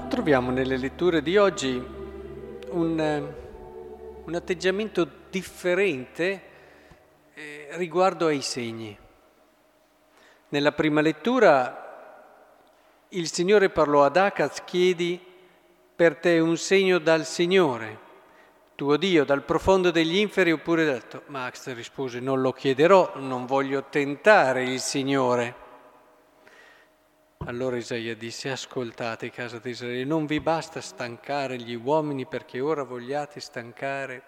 Troviamo nelle letture di oggi un atteggiamento differente riguardo ai segni. Nella prima lettura il Signore parlò ad Acaz: chiedi per te un segno dal Signore, tuo Dio, dal profondo degli inferi oppure dall'alto. Ma Acaz rispose: non lo chiederò, non voglio tentare il Signore. Allora Isaia disse: ascoltate, casa di Israele, non vi basta stancare gli uomini perché ora vogliate stancare.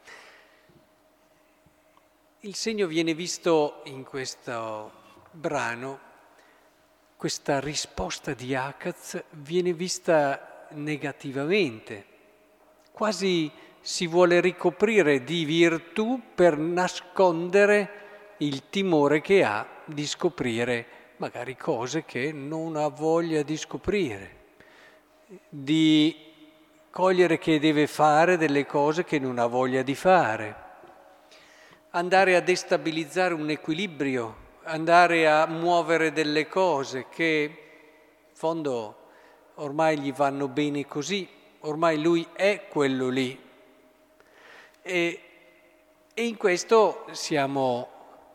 Il segno viene visto in questo brano, questa risposta di Acaz viene vista negativamente, quasi si vuole ricoprire di virtù per nascondere il timore che ha di scoprire magari cose che non ha voglia di scoprire, di cogliere che deve fare delle cose che non ha voglia di fare, andare a destabilizzare un equilibrio, andare a muovere delle cose che in fondo ormai gli vanno bene così, ormai lui è quello lì. E in questo siamo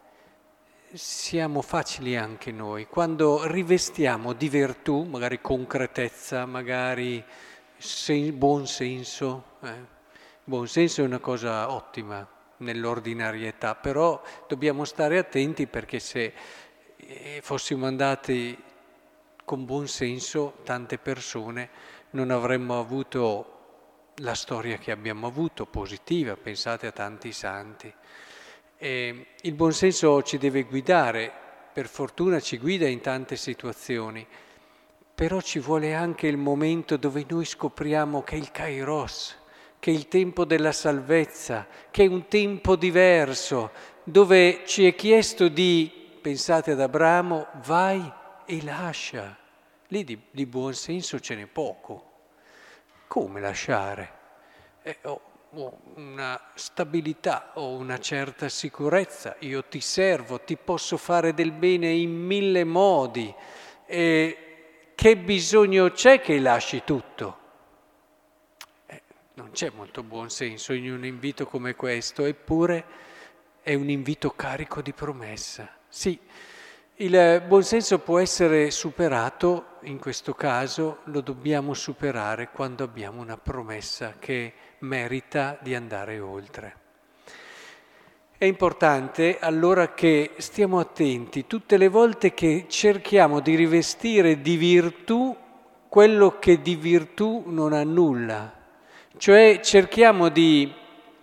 facili anche noi, quando rivestiamo di virtù, magari concretezza, magari buon senso. Buon senso è una cosa ottima nell'ordinarietà, però dobbiamo stare attenti perché se fossimo andati con buon senso, tante persone non avremmo avuto la storia che abbiamo avuto, positiva, pensate a tanti santi. Il buon senso ci deve guidare, per fortuna ci guida in tante situazioni, però ci vuole anche il momento dove noi scopriamo che è il Kairos, che è il tempo della salvezza, che è un tempo diverso, dove ci è chiesto pensate ad Abramo, vai e lascia. Lì di buon senso ce n'è poco. Come lasciare? Ho una stabilità, ho una certa sicurezza, io ti servo, ti posso fare del bene in 1000 modi. Che bisogno c'è che lasci tutto? Non c'è molto buon senso in un invito come questo, eppure è un invito carico di promessa. Sì, il buon senso può essere superato, in questo caso lo dobbiamo superare quando abbiamo una promessa che merita di andare oltre. È importante allora che stiamo attenti tutte le volte che cerchiamo di rivestire di virtù quello che di virtù non ha nulla. Cioè cerchiamo di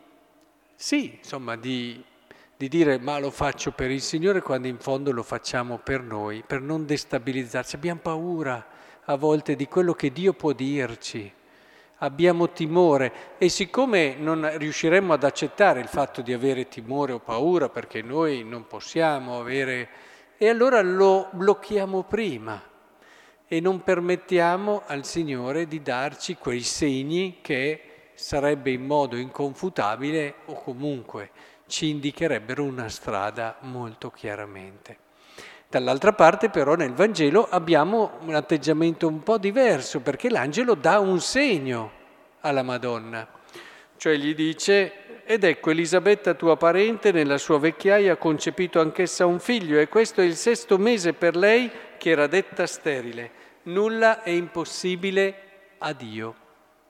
dire ma lo faccio per il Signore quando in fondo lo facciamo per noi, per non destabilizzarci. Abbiamo paura a volte di quello che Dio può dirci, abbiamo timore e siccome non riusciremmo ad accettare il fatto di avere timore o paura perché noi non possiamo avere, e allora lo blocchiamo prima e non permettiamo al Signore di darci quei segni che sarebbe in modo inconfutabile o comunque ci indicherebbero una strada molto chiaramente. Dall'altra parte però nel Vangelo abbiamo un atteggiamento un po' diverso perché l'angelo dà un segno alla Madonna, cioè gli dice: ed ecco Elisabetta tua parente nella sua vecchiaia ha concepito anch'essa un figlio e questo è il 6° mese per lei che era detta sterile, nulla è impossibile a Dio.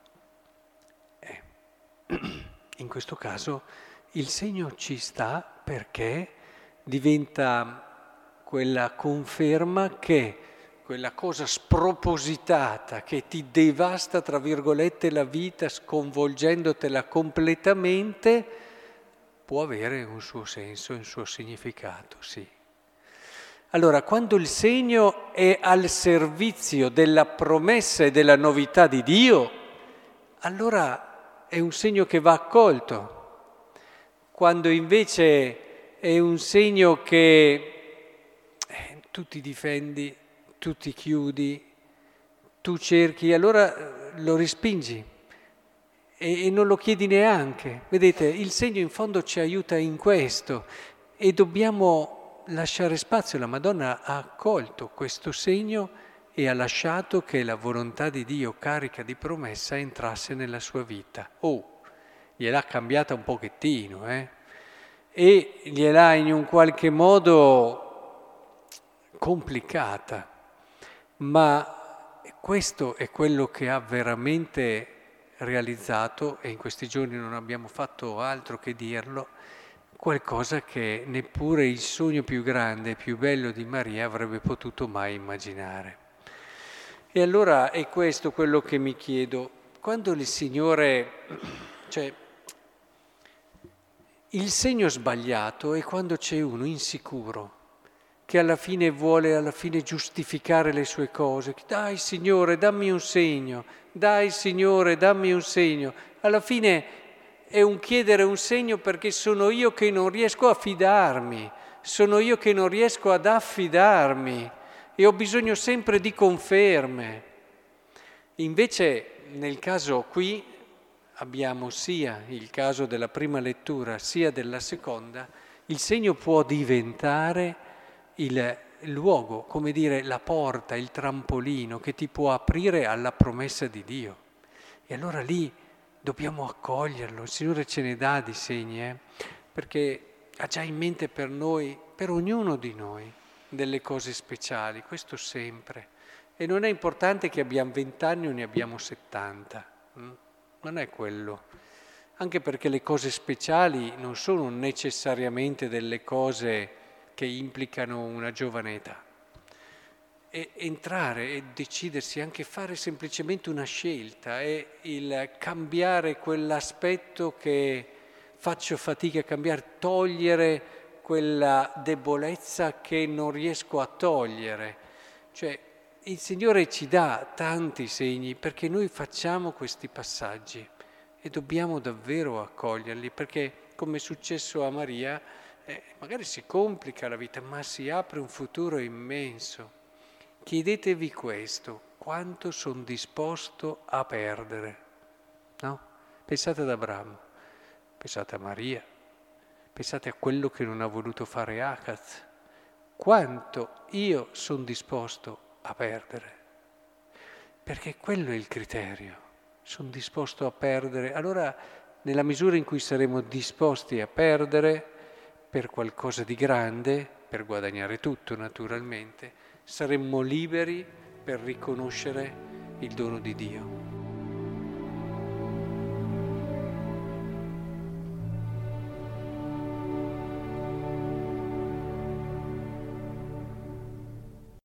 In questo caso il segno ci sta perché diventa quella conferma che quella cosa spropositata che ti devasta, tra virgolette, la vita sconvolgendotela completamente, può avere un suo senso, un suo significato, sì. Allora, quando il segno è al servizio della promessa e della novità di Dio, allora è un segno che va accolto. Quando invece è un segno che tu ti difendi, tu ti chiudi, tu cerchi, allora lo respingi e non lo chiedi neanche. Vedete, il segno in fondo ci aiuta in questo e dobbiamo lasciare spazio. La Madonna ha accolto questo segno e ha lasciato che la volontà di Dio carica di promessa entrasse nella sua vita. Oh, gliel'ha cambiata un pochettino, e gliel'ha in un qualche modo complicata, ma questo è quello che ha veramente realizzato, e in questi giorni non abbiamo fatto altro che dirlo, qualcosa che neppure il sogno più grande e più bello di Maria avrebbe potuto mai immaginare. E allora è questo quello che mi chiedo, quando il Signore, cioè, il segno sbagliato è quando c'è uno insicuro, che alla fine vuole giustificare le sue cose. Dai Signore, dammi un segno, dai Signore, dammi un segno. Alla fine è un chiedere un segno perché sono io che non riesco a fidarmi, sono io che non riesco ad affidarmi e ho bisogno sempre di conferme. Invece nel caso qui abbiamo sia il caso della prima lettura sia della seconda, il segno può diventare il luogo, come dire, la porta, il trampolino che ti può aprire alla promessa di Dio. E allora lì dobbiamo accoglierlo, il Signore ce ne dà di segni, perché ha già in mente per noi, per ognuno di noi, delle cose speciali, questo sempre. E non è importante che abbiamo 20 anni o ne abbiamo 70, non è quello. Anche perché le cose speciali non sono necessariamente delle cose che implicano una giovane età. E entrare e decidersi, anche fare semplicemente una scelta, è il cambiare quell'aspetto che faccio fatica a cambiare, togliere quella debolezza che non riesco a togliere. Cioè, il Signore ci dà tanti segni perché noi facciamo questi passaggi e dobbiamo davvero accoglierli, perché come è successo a Maria, magari si complica la vita, ma si apre un futuro immenso. Chiedetevi questo, quanto sono disposto a perdere, no? Pensate ad Abramo, pensate a Maria, pensate a quello che non ha voluto fare Acaz, quanto io sono disposto a perdere, perché quello è il criterio, sono disposto a perdere. Allora, nella misura in cui saremo disposti a perdere per qualcosa di grande, per guadagnare tutto naturalmente, saremmo liberi per riconoscere il dono di Dio.